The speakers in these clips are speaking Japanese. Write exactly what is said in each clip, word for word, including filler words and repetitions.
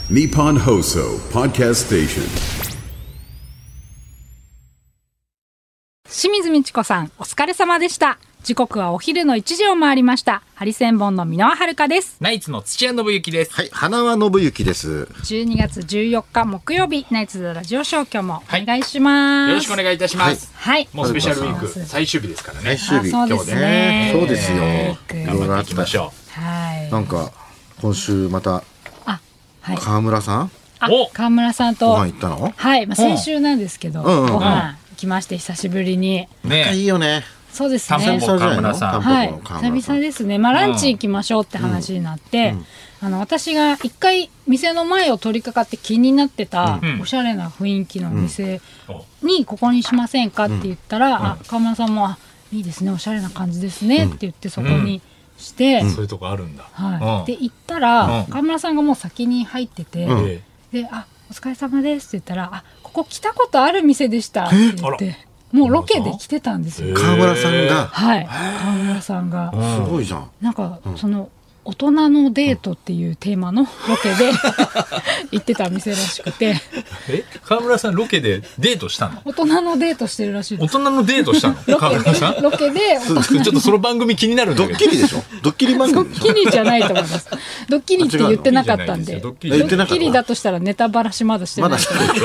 Nippon Hoso Podcast Station。 清水美智子さん、お疲れ様でした。時刻はお昼のいちじを回りました。ハリセンボンの箕輪遥です。 ナイツの土屋信之です。 はい、花輪信之です。 じゅうにがつじゅうよっか木曜日、ナイツのラジオショー、今日もお願いします。 はい、よろしくお願いいたします。 はい、 もうスペシャルウィーク最終日ですからね。 最終日、 そうですね。 そうですよ。 頑張っていきましょう。はい。 なんか今週またあ、はい。 川村さん、 あ、川村さんとご飯行ったの？ はい、まあ先週なんですけど、 うんうんうんご飯来まして久しぶりに。 ね。 いいよね。 そうですね。 タンポポ川村さん。 はい。久々ですね。まあランチ行きましょうって話になって、あの私が一回店の前を通りかかって気になってたおしゃれな雰囲気のお店にここにしませんかって言ったら、あ、川村さんもあいいですね、おしゃれな感じですねって言ってそこにして、 そういうとこあるんだ。 はい。で行ったら川村さんがもう先に入ってて、で、あ、お疲れ様ですって言ったら、あ、ここ来たことある店でしたって言って。もうロケで来てたんですよ。 川村さんが。 はい。川村さんが。 すごいじゃん。 なんか、その大人のデートっていうテーマのロケで行ってた店らしくて。 え、川村さんロケでデートしたの？ 大人のデートしてるらしいです。 大人のデートしたの？川村さん？ ロケで。 ちょっとその番組気になるんだけど。 ドッキリでしょ？ドッキリ番組でしょ？ ドッキリじゃないと思います。ドッキリって言ってなかったんで。ドッキリだとしたらネタバラシまだしてない。 まだしてない。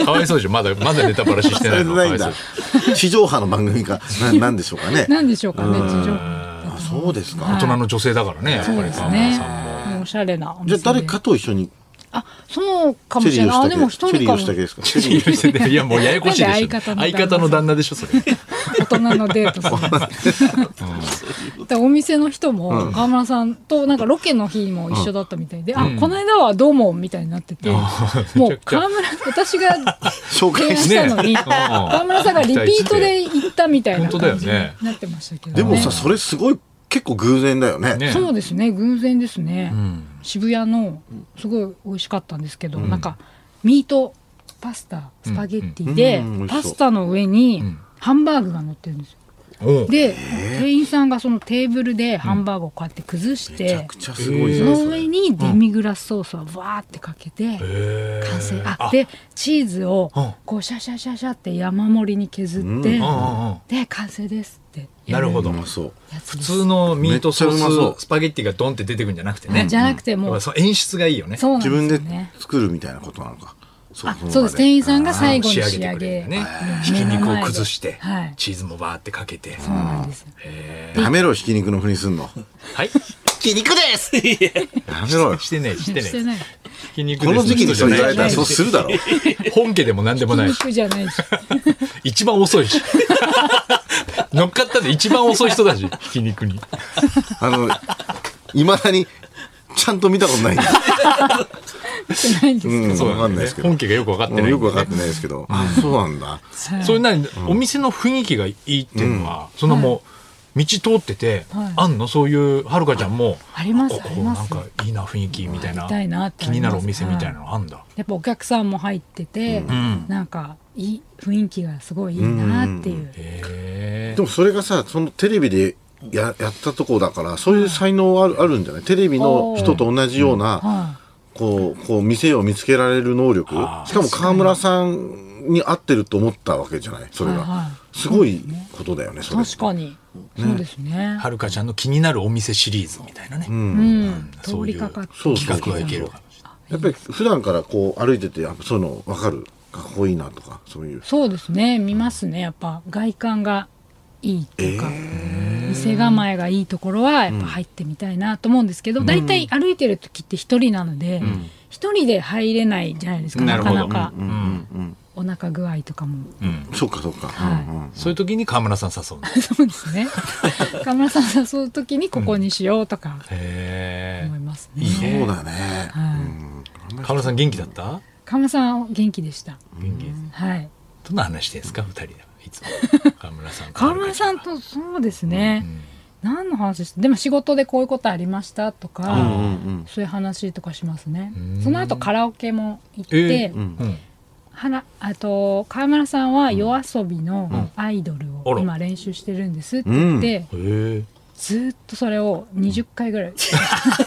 かわいそうでしょ。まだまだネタバラシしてないの。 ないんだ。地上波の番組かなんでしょうかね。 なんでしょうかね。地上。 あ、そうですか。 大人の女性だからね。やっぱり川村さんも。 おしゃれなお店で。 じゃあ誰かと一緒に。 あ、そうかもしれない。あ、でも一人かも。 チェリー吉武ですか？ いやもうややこしいでしょ。相方の旦那でしょそれ。 大人のデートする。お店の人も川村さんとなんかロケの日も一緒だったみたいで、あ、この間はどうもみたいになってて、もう川村私が紹介したのに川村さんがリピートで行ったみたいな感じになってましたけど。 でもさ、それすごい結構偶然だよね。 そうですね、偶然ですね。渋谷のすごい美味しかったんですけど、なんかミートパスタスパゲッティでパスタの上にハンバーグが乗ってるんですよ。で店員さんがそのテーブルでハンバーグをこうやって崩して、 めちゃくちゃすごいその上にデミグラスソースをわーってかけて完成。あ、でチーズをこうシャシャシャシャって山盛りに削ってで完成ですって。 なるほど。普通のミートソーススパゲッティがドンって出てくるんじゃなくてね。 じゃなくてもう演出がいいよね。 自分で作るみたいなことなのか。 あ、そうです。店員さんが最後に仕上げね、ひき肉を崩してチーズもバーってかけて。 そうなんです。 やめろ、ひき肉のふりすんの。 はい。 ひき肉です。やめろ。 してないしてない。ひき肉この時期にそう言われたらそうするだろう。 本家でも何でもないし。 ひき肉じゃないし。 一番遅いし。乗っかったで一番遅い人だし、ひき肉に。 あのいまだにちゃんと見たことない。 ないんですそうわかんないですけど。本家がよく分かってない。 よく分かってないですけど。あ、そうなんだ。 それなにお店の雰囲気がいいっていうのは、そのもう道通っててあんの、そういうはるかちゃんもあります。 ここなんかいいな雰囲気みたいな、気になるお店みたいなのあんだ。 やっぱお客さんも入ってて、なんかいい雰囲気がすごいいいなっていう。 でもそれがさ、そのテレビでややったとこだから、そういう才能あるあるんじゃない？テレビの人と同じような。こうこう店を見つけられる能力、しかも川村さんに合ってると思ったわけじゃない。それがすごいことだよね。それ確かにそうですね。 はるかちゃんの気になるお店シリーズみたいなね。 通りかかって企画はいける。 やっぱり普段からこう歩いててそういうの分かる。かっこいいなとかそういう。 そうですね、見ますね。やっぱ外観がいいとか、店構えがいいところはやっぱ入ってみたいなと思うんですけど、だいたい歩いてる時って一人なので一人で入れないじゃないですか、なかなかお腹具合とかも。 そうかそうか。 そういう時に川村さん誘う。 そうですね。川村さん誘う時にここにしようとか思いますね。 そうだね。 川村さん元気だった？ 川村さん元気でした。 元気。 はい。 どんな話してんですか二人でいつも。川村さん。 川村さんとそうですね。何の話して、でも仕事でこういうことありましたとか、そういう話とかしますね。その後カラオケも行って、はらあと川村さんは夜遊びのアイドルを今練習してるんですって言って、ずっとそれをにじゅっかいぐらい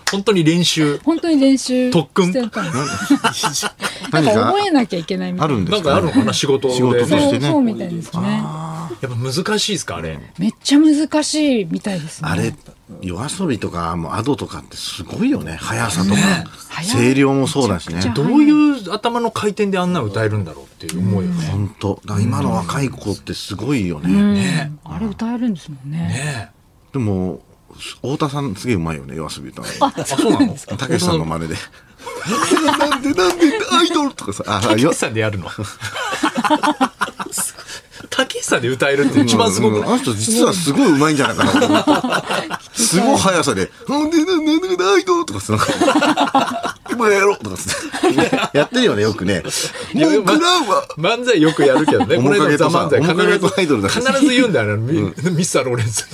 本当に練習。 本当に練習特訓してたんですなん何かか覚えなきゃいけないみたいな。 あるんですなんかあるのかな、仕事で。 仕事とそうしてねそうみたいですね。 やっぱ難しいですか、あれ。 めっちゃ難しいみたいですね。 あれ夜遊びとかもうアドとかってすごいよね。速さとか、 ね声量もそうだしねめちゃくちゃどういう頭の回転であんな歌えるんだろうっていう思うよね。 本当だから今の若い子ってすごいよね、 うんねあれ歌えるんですもんね。 ねでも太田さんすげえうまいよね夜遊び歌うの。 あ、そうなの？ たけしさんの真似でなんでなんでアイドルとかさあよたけしさんでやるの。たけしさんで歌えるって一番すごくない？ うんあの人実はすごい上手いんじゃないかなと思ってすごい速さで「なんでなんでなんでアイドル」とかさなんか「今やろう」とかさやってるよねよくね。もうクラウは漫才よくやるけどね。 面影とさこの間のザ漫才面影とアイドルだから必ず必ず言うんだよね。ミミスターローレンス。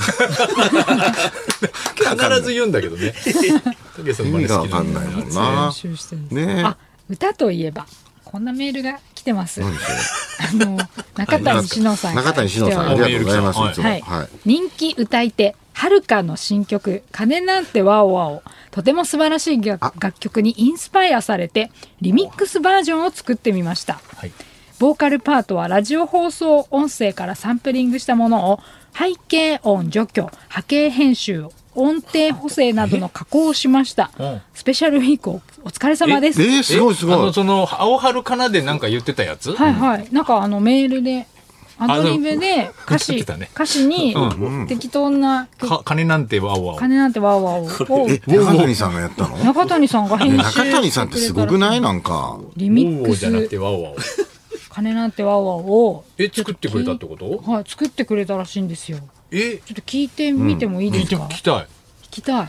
必ず言うんだけどね。たけしさんの真似好き意味がわかんないもんな練習してるんですねあ、歌といえばこんなメールが来てます。あ何それの中谷志乃さんから中谷志乃さんあ来ておりりがとうございます、 はいいつもはいはい人気歌い手はるかの新曲「鐘なんてワオワオ」とても素晴らしい楽楽曲にインスパイアされてリミックスバージョンを作ってみました。 はい。 ボーカルパートはラジオ放送音声からサンプリングしたものを背景音除去波形編集音程補正などの加工をしましたうん。 スペシャルウィークおお疲れ様です。 えー、すごいすあごいのその青春かなでなんか言ってたやつ？ はいはい、なんかあのメールでアドリブで歌歌っ詞、 てたね歌詞にう適当な曲か金なんてワオワオ。 鐘なんてワオワオをえ中谷さんがやったの中谷さんが編集中谷さんってすごくないなんかリミックウォーウォーじゃなくスてワオワオ。 鐘なんてワオワオをえ、作ってくれたってこと？ はい作ってくれたらしいんですよ。 え、 ちょっと聞いてみてもいいで聞いてすか？ 聞きたい。 聞きたい。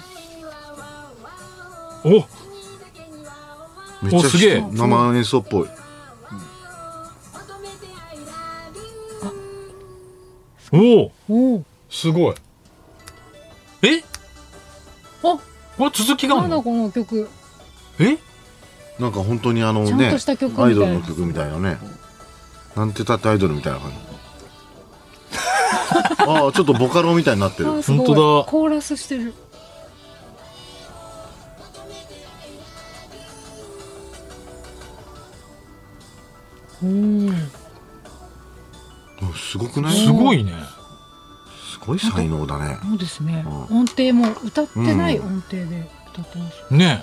お、 めっちゃおすげえ生演奏っぽいおお、 おお。 すごい。え、 あ、 これ続きがあるの？ なんだこの曲。 え、 なんか本当にあのちゃんねとした曲みたいなアイドルの曲みたいなねなんてたってアイドルみたいな感じああちょっとボカロみたいになってるあ、すごい。 本当だコーラスしてる。うん。 うんすごくないすごいね。 すごい才能だねそうですね。 うん音程も歌ってない音程で歌ってます。 ね、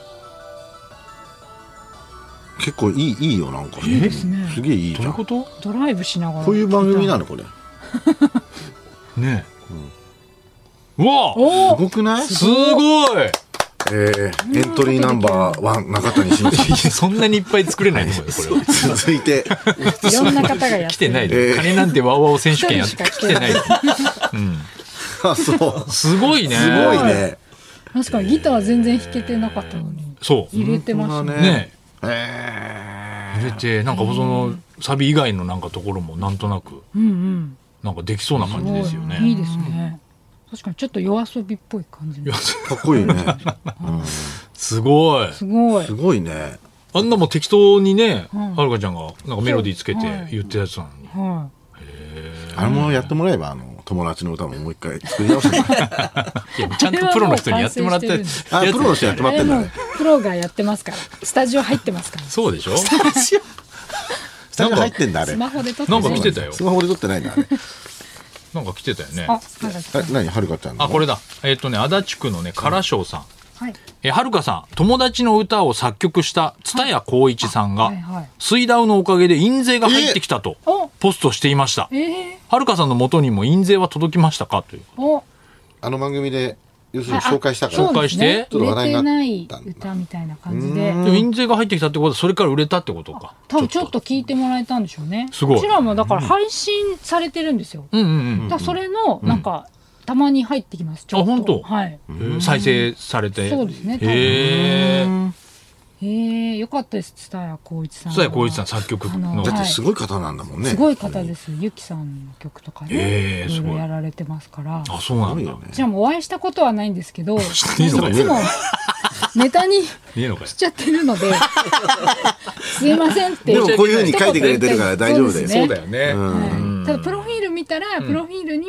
結構いいいいよなんかいいですねすげえいいじゃどういうんこと？ ドライブしながら。 こういう番組なのこれね。うわ、 おお。 すごくないすごい。 えー、エントリーナンバーワン中谷真一いやそんなにいっぱい作れないと思うよこれは。 続いていろんな方がやってる。 来てないえで。 ー金なんてワオワオ選手権やっ一人しか来てないで。うん。 あそうすごいね。 すごいね確かにギター全然弾けてなかったのにそう。 入れてましたね。 本当だね。 え入れてなんかそのサビ以外のなんかところもなんとなくうんうん。 なんかできそうな感じですよいいね。 ですね。確かにちょっと夜遊びっぽい感じいや。 ー、かっこいいね、 すごい。 すごいす。ごいねあんなもん適当にね、 うんはるかちゃんがなんかメロディーつけてはい言ってたやつなのに。 はあれもやってもらえばあの友達の歌ももう一回作り直してもらえいやちゃんとプロの人にやってもらったやつ。 い。 あプロの人やってもあれもらってんだねプロがやってますから。スタジオ入ってますから。 そうでしょ？ スタジオ入ってんだあれスマホで撮ってなんか来てたよスマホで撮ってないんだあれなんか来てたよね。 あ、なんか来たえ何はるかちゃんのあ、これだ。えっとね、足立区のね、唐翔さん。 はい。 え、はるかさん、友達の歌を作曲した蔦谷好一さんがはいはい、 水ダウのおかげで印税が入ってきたとお、 ポストしていました。 えはるかさんの元にも印税は届きましたかという。 ー、お、 あの番組で要するに紹介したから紹介してそうですね、 ちょっと話題に売れてなないったんだ歌みたいな感じで。 でも印税が入ってきたってことは、それから売れたってことか。 多分ちょっと聞いてもらえたんでしょうね。 すごいこちらもだから配信されてるんですよ。 うんうんうん。 だからそれのなんか、たまに入ってきます。ちょっとあ本当はい。 再生されて。 そうですね多分へー。 へえ、よかったです。蔦谷好一さんは。 蔦谷好一さん作曲あの。 のだってすごい方なんだもんねすごい方です。ゆきさんの曲とかね、いろいへーすごいろやられてますから。 あ、そうなんだすごいよ。ねじゃあもうお会いしたことはないんですけど、いてんのかよつもネタにねえのかよし。ちゃってるので、すいませんって。 でもこういう風に書いてくれてるから大丈夫だよそうですねそうだよね。 はいただプロフィール見たら、プロフィールには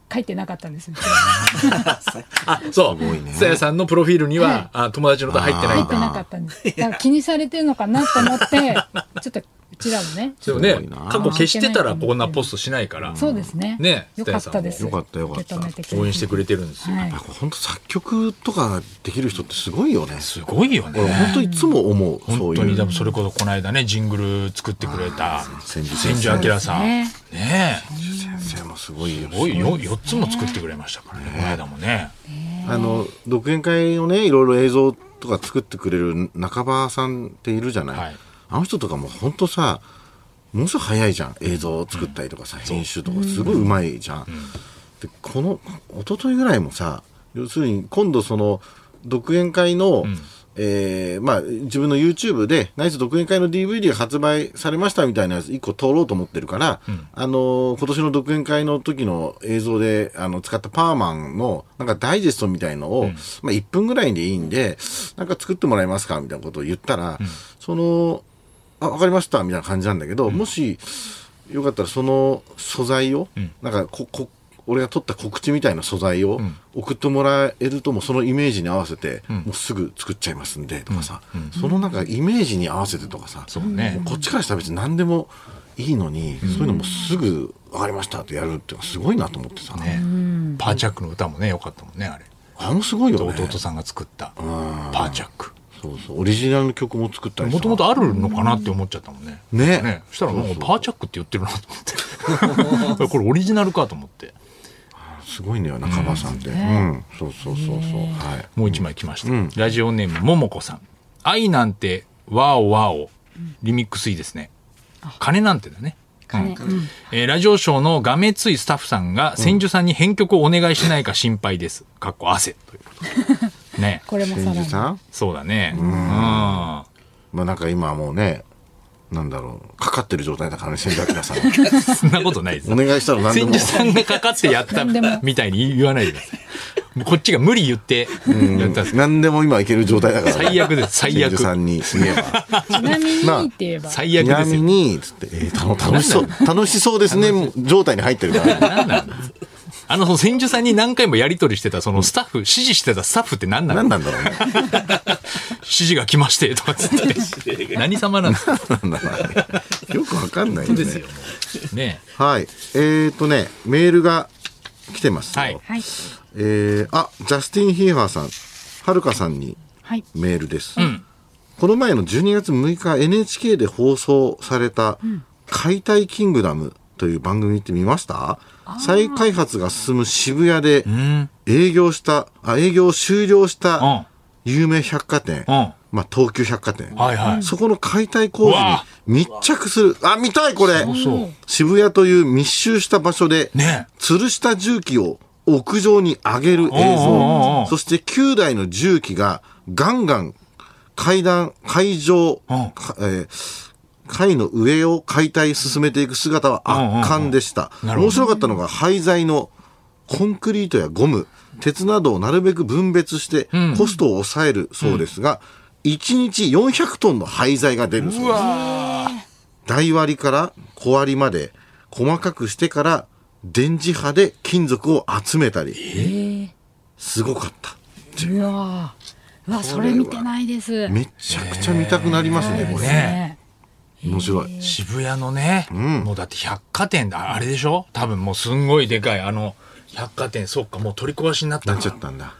書いてなかったんですよ。 あ、そうさやさんのプロフィールには、はい、あ友達の歌入ってない入ってなかったんです。だから気にされてるのかなと思ってちょっとうちらもね。 でもね過去消してたらこんなポストしないから。 そうですね。 ねよかったです。 よかったよかった。 応援してくれてるんですよ。 本当作曲とかできる人ってすごいよね。 すごいよね。 俺本当いつも思う。 本当にでもそれこそこの間ねジングル作ってくれた千住明さんねえ。 先生もすごいよ。 すごいよよっつも作ってくれましたからね。この間もね。 あの独演会をねいろいろ映像とか作ってくれる中場さんっているじゃない。あの人とかも本当さものすごい早いじゃん。映像を作ったりとかさ、うん、編集とかすごいうまいじゃん、うん、でこの一昨日ぐらいもさ要するに今度その独演会の、うんえーまあ、自分の YouTube でナイツ独演会の ディーブイディー が発売されましたみたいなやついっこ撮ろうと思ってるから、うんあのー、今年の独演会の時の映像であの使ったパーマンのなんかダイジェストみたいのを、うんまあ、いっぷんぐらいでいいんでなんか作ってもらえますかみたいなことを言ったら、うん、そのあ、わかりましたみたいな感じなんだけど、うん、もしよかったらその素材を、うん、なんかここ俺が撮った告知みたいな素材を送ってもらえるともうそのイメージに合わせて、うん、もうすぐ作っちゃいますんでとかさ、うんうん、そのなんかイメージに合わせてとかさ、うんね、こっちからしたら別に何でもいいのに、うん、そういうのもすぐ分かりましたってやるってすごいなと思ってさ、ね、 パーチャックの歌もね良かったもんねあれ。 あのすごいよね。 弟さんが作ったパーチャック。 そうそうオリジナルの曲も作ったりもともとあるのかなって思っちゃったもんね。 ねねそしたらもうパーチャックって言ってるなと思ってこれオリジナルかと思って。 すごいね中場さんって、うんうん、そうそうそうそう、はい、もう一枚来ました、うん、ラジオネームももこさん。愛なんてワオワオリミックスいいですね。金なんてだね。うんうんえー、ラジオショーのがめついスタッフさんが千住さんに編曲をお願いしないか心配です。かっこ汗ということね。 これも千住さんそうだね。うん、うん、 まあなんか今はもうねなんだろうかかってる状態だからね千住明さんそんなことないです。 お願いしたら何でも千住さんがかかってやったみたいに言わないでください。こっちが無理言ってやったんです。 何でも今いける状態だから、ね、 最悪です最悪。 千住さんに言えばちなみにって言えば最悪ですよ。 ちなみにつって、えー、楽しそう楽しそうですね状態に入ってるから何なんですあの千住さんに何回もやり取りしてたそのスタッフ、うん、指示してたスタッフって何なの？ 何なんだろうね指示が来ましてとかつって何様なんですかよくわかんないよね。 ですよね。 はいえーとねメールが来てますよ、 はいえー、あジャスティン・ヒーハーさんはるかさんにメールです、 はいうん、 この前のじゅうにがつむいか エヌエイチケー で放送された解体キングダムという番組って見ました？再開発が進む渋谷で営業したあ営業を終了した有名百貨店、うんまあ、東急百貨店、 はいはい、 そこの解体工事に密着するあ見たいこれ。そうそう渋谷という密集した場所で、ね、吊るした重機を屋上に上げる映像、そしてきゅうだいの重機がガンガン階段階上、えー階の上を解体進めていく姿は圧巻でした。面白かったのが廃材のコンクリートやゴム、鉄などをなるべく分別してコストを抑えるそうですが、うん、いちにちよんひゃくトンの廃材が出るそうです。うわ台割りから小割りまで細かくしてから電磁波で金属を集めたり、えー、すごかった。 うわうわそれ見てないです。 めちゃくちゃ見たくなりますね、えー、これね。面白い。 渋谷のね、うん、もうだって百貨店だあれでしょ多分もうすんごいでかいあの百貨店そっかもう取り壊しになったなっちゃったんだ。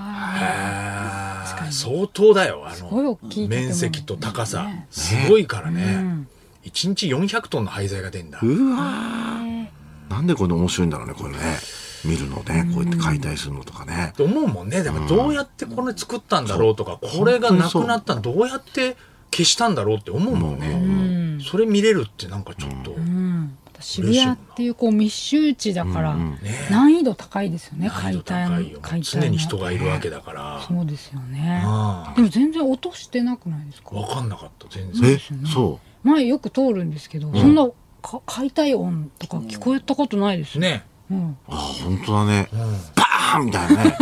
は相当だよあの面積と高さ、ね、すごいからね、うん、いちにちよんひゃくトンの廃材が出んだ。 うわなんでこれ面白いんだろうねこれね見るのねこうやって解体するのとかねと思うもんね。でもどうやってこれ作ったんだろうとか、うん、これがなくなったのどうやって消したんだろうって思うもんね、うん、それ見れるってなんかちょっと、うん、 渋谷っていうこう密集地だから難易度高いですよね、解体の解体常に人がいるわけだから。 そうですよね。でも全然音してなくないですか？ 分かんなかった全然。 えそう前よく通るんですけど、うん、そんなか解体音とか聞こえたことないですね、 うん、 あ本当だね、うん、バーンみたいなね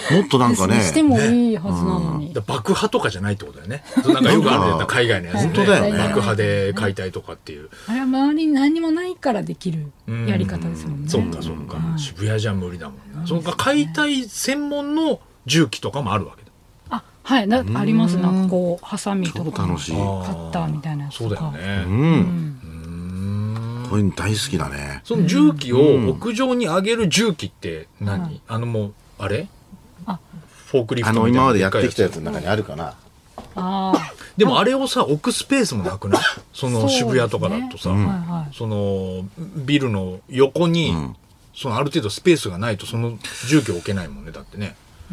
もっとなんかねしてもいいはずなのに、 だ爆破とかじゃないってことだよね。なんかよくあるんだよ海外のやつね。 本当だよね爆破で解体とかっていう。 あれは周りに何もないからできるやり方ですもんね。 そうかそうか、渋谷じゃ無理だもんな。そうか、解体専門の重機とかもあるわけだ。 あ、はいなあります。なんかこうハサミとか超楽しいカッターみたいなやつとか。 そうだよね。 うんこういうの大好きだね。 その重機を屋上に上げる重機って何、うん、あのもうあれあフォークリフトみたいな。 あの今までやってきたやつの中にあるかな。 あでもあれをさ置くスペースもなくない？その渋谷とかだとさ、そ,、 ねそのビルの横に、うん、そのある程度スペースがないとその重機を置けないもんね。だってね、 うん、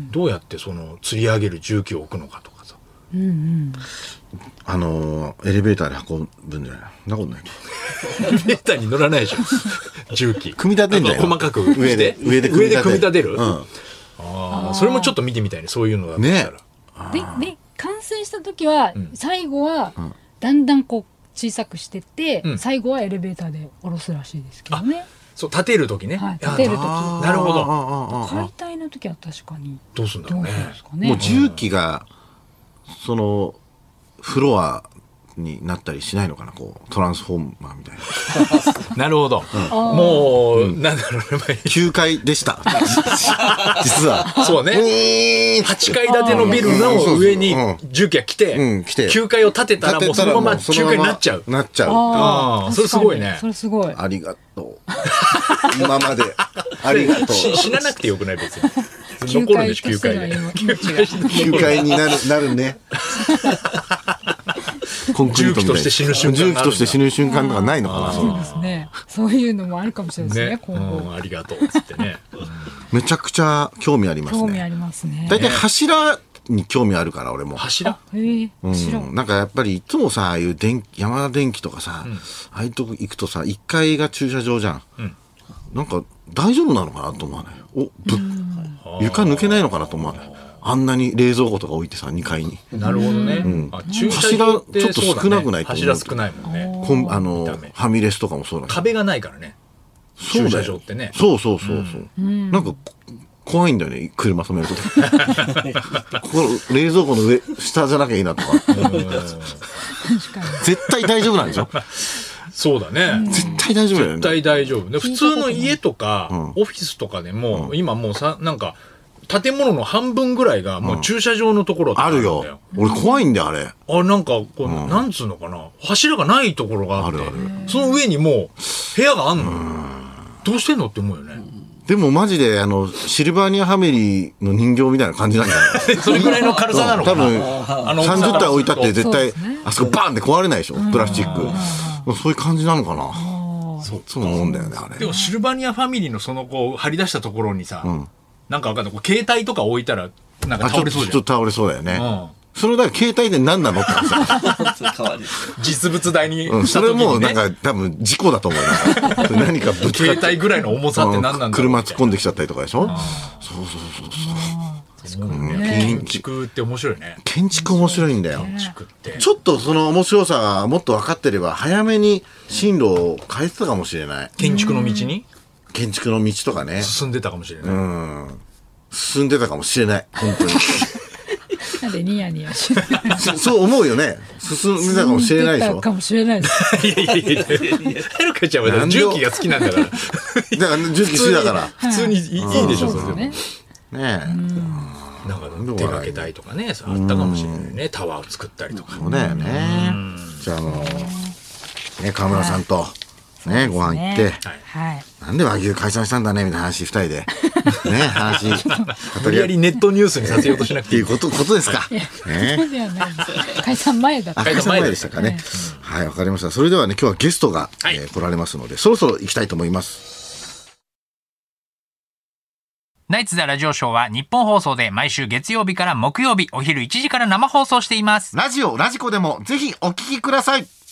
どうやってその吊り上げる重機を置くのかとかさ、 うんうん、 あのー、エレベーターで運ぶんじゃない？そんなことない。 エレベーターに乗らないじゃん重機。 組み立てんだよ。 細かく上で上で組み立てる。 うん、 ああ、それもちょっと見てみたいね。そういうのだったら。ね、 でで完成した時は、うん、最後はだんだんこう小さくしてって、うん、最後はエレベーターで下ろすらしいですけどね。 そう立てる時ね。 はい、立てる時。 なるほど。 解体の時は確かにどうするんだろうね。 ねもう重機がそのフロアになったりしないのかな、こうトランスフォーマーみたいな。 なるほど、うん、もう、うん、なんだろうね、 きゅうかいでした実は。 そうね、はちかい建てのビルの上に重機が来て、うん、来てきゅうかいを建てたらもうそのままきゅうかいになっちゃうなっちゃう。 ああ、それすごいね。 それすごい。 ありがとう今までありがとう。 死ななくてよくない？別に残るでしょきゅうかいで。 きゅうかいになるなるね。コンクリートみたいな。重機として死ぬ瞬間。重機として死ぬ瞬間とかないのかな。 そうですね。そういうのもあるかもしれないですね。今後、 うん、ありがとうっつってね。 めちゃくちゃ興味ありますね。 興味ありますね。 大体柱に興味あるから俺も。 柱？ へえ。柱。 うん、なんかやっぱりいつもさ、ああいう電山田電機とかさ、うん、ああいうとこ行くとさ、いっかいが駐車場じゃん。うん、なんか大丈夫なのかなと思わない？お、ぶ床抜けないのかなと思わない？あんなに冷蔵庫とか置いてさ、にかいに。 なるほどね。うん、 柱ちょっと少なくないと思う。 柱少ないもんね。 こんあのファミレスとかもそうだけど。 壁がないからね。駐車場ってね。 そうそうそうそう。うん、なんか怖いんだよね、車止めるとき。ここ冷蔵庫の上下じゃなきゃいいなとか。絶対大丈夫なんでしょ。 そうだね。 絶対大丈夫だよね。 絶対大丈夫。で普通の家とか、うん、オフィスとかでも、うん、今もうさ、なんか建物の半分ぐらいがもう駐車場のところあるんだよ。あるよ。俺怖いんだよあれ。 あ、なんかこう、うん、なんつうのかな、柱がないところがあって、あるある、その上にもう部屋があんの。どうしてんのって思うよね。 でもマジであのシルバーニアファミリーの人形みたいな感じなんだよ。 それぐらいの軽さなのかな。多分さんじゅったい置いたって絶対あそこバーンって壊れないでしょ、プラスチック。そういう感じなのかな。そうそう思うんだよねあれ。 でもシルバーニアファミリーのそのこう張り出したところにさ、うん、なんかわかんない、こう携帯とか置いたらなんか倒れそうじゃん。 ちょっと倒れそうだよね。うん、それだから携帯で何なのってさ。 実物大にした時に、ね、うん、それもなんか多分事故だと思うな。何かぶつかって携帯ぐらいの重さって何なんだろう、 車突っ込んできちゃったりとかでしょ。そうそうそうそう。 うんね、建築って面白いね。 建築面白いんだよ。建築ってちょっとその面白さがもっと分かってれば早めに進路を変えてたかもしれない。 建築の道に建築の道とかね、 進んでたかもしれない。うん、 進んでたかもしれない本当に。 なんでニヤニヤしてそそう思うよね。進んでたかもしれないでしょ。 かもしれないです。 いやいやいやいや、はるかちゃんは重機が好きなんだから。だから重機好きだから普通にいいでしょそれでも。ねえ。 なんか手掛けたいとかね、そうあったかもしれないね。タワーを作ったりとか。 そうだよね。じゃああのね、川村さんとねご飯行って、なんで和牛解散したんだねみたいな話二人でね話無理やりネットニュースにさせようとしなくていいことことですか。 解散前だった。 解散前でしたかね。はい、わかりました。それではね今日はゲストが来られますのでそろそろ行きたいと思います。 ナイツザラジオショーは日本放送で毎週月曜日から木曜日お昼いちじから生放送しています。 ラジオラジコでもぜひお聞きください。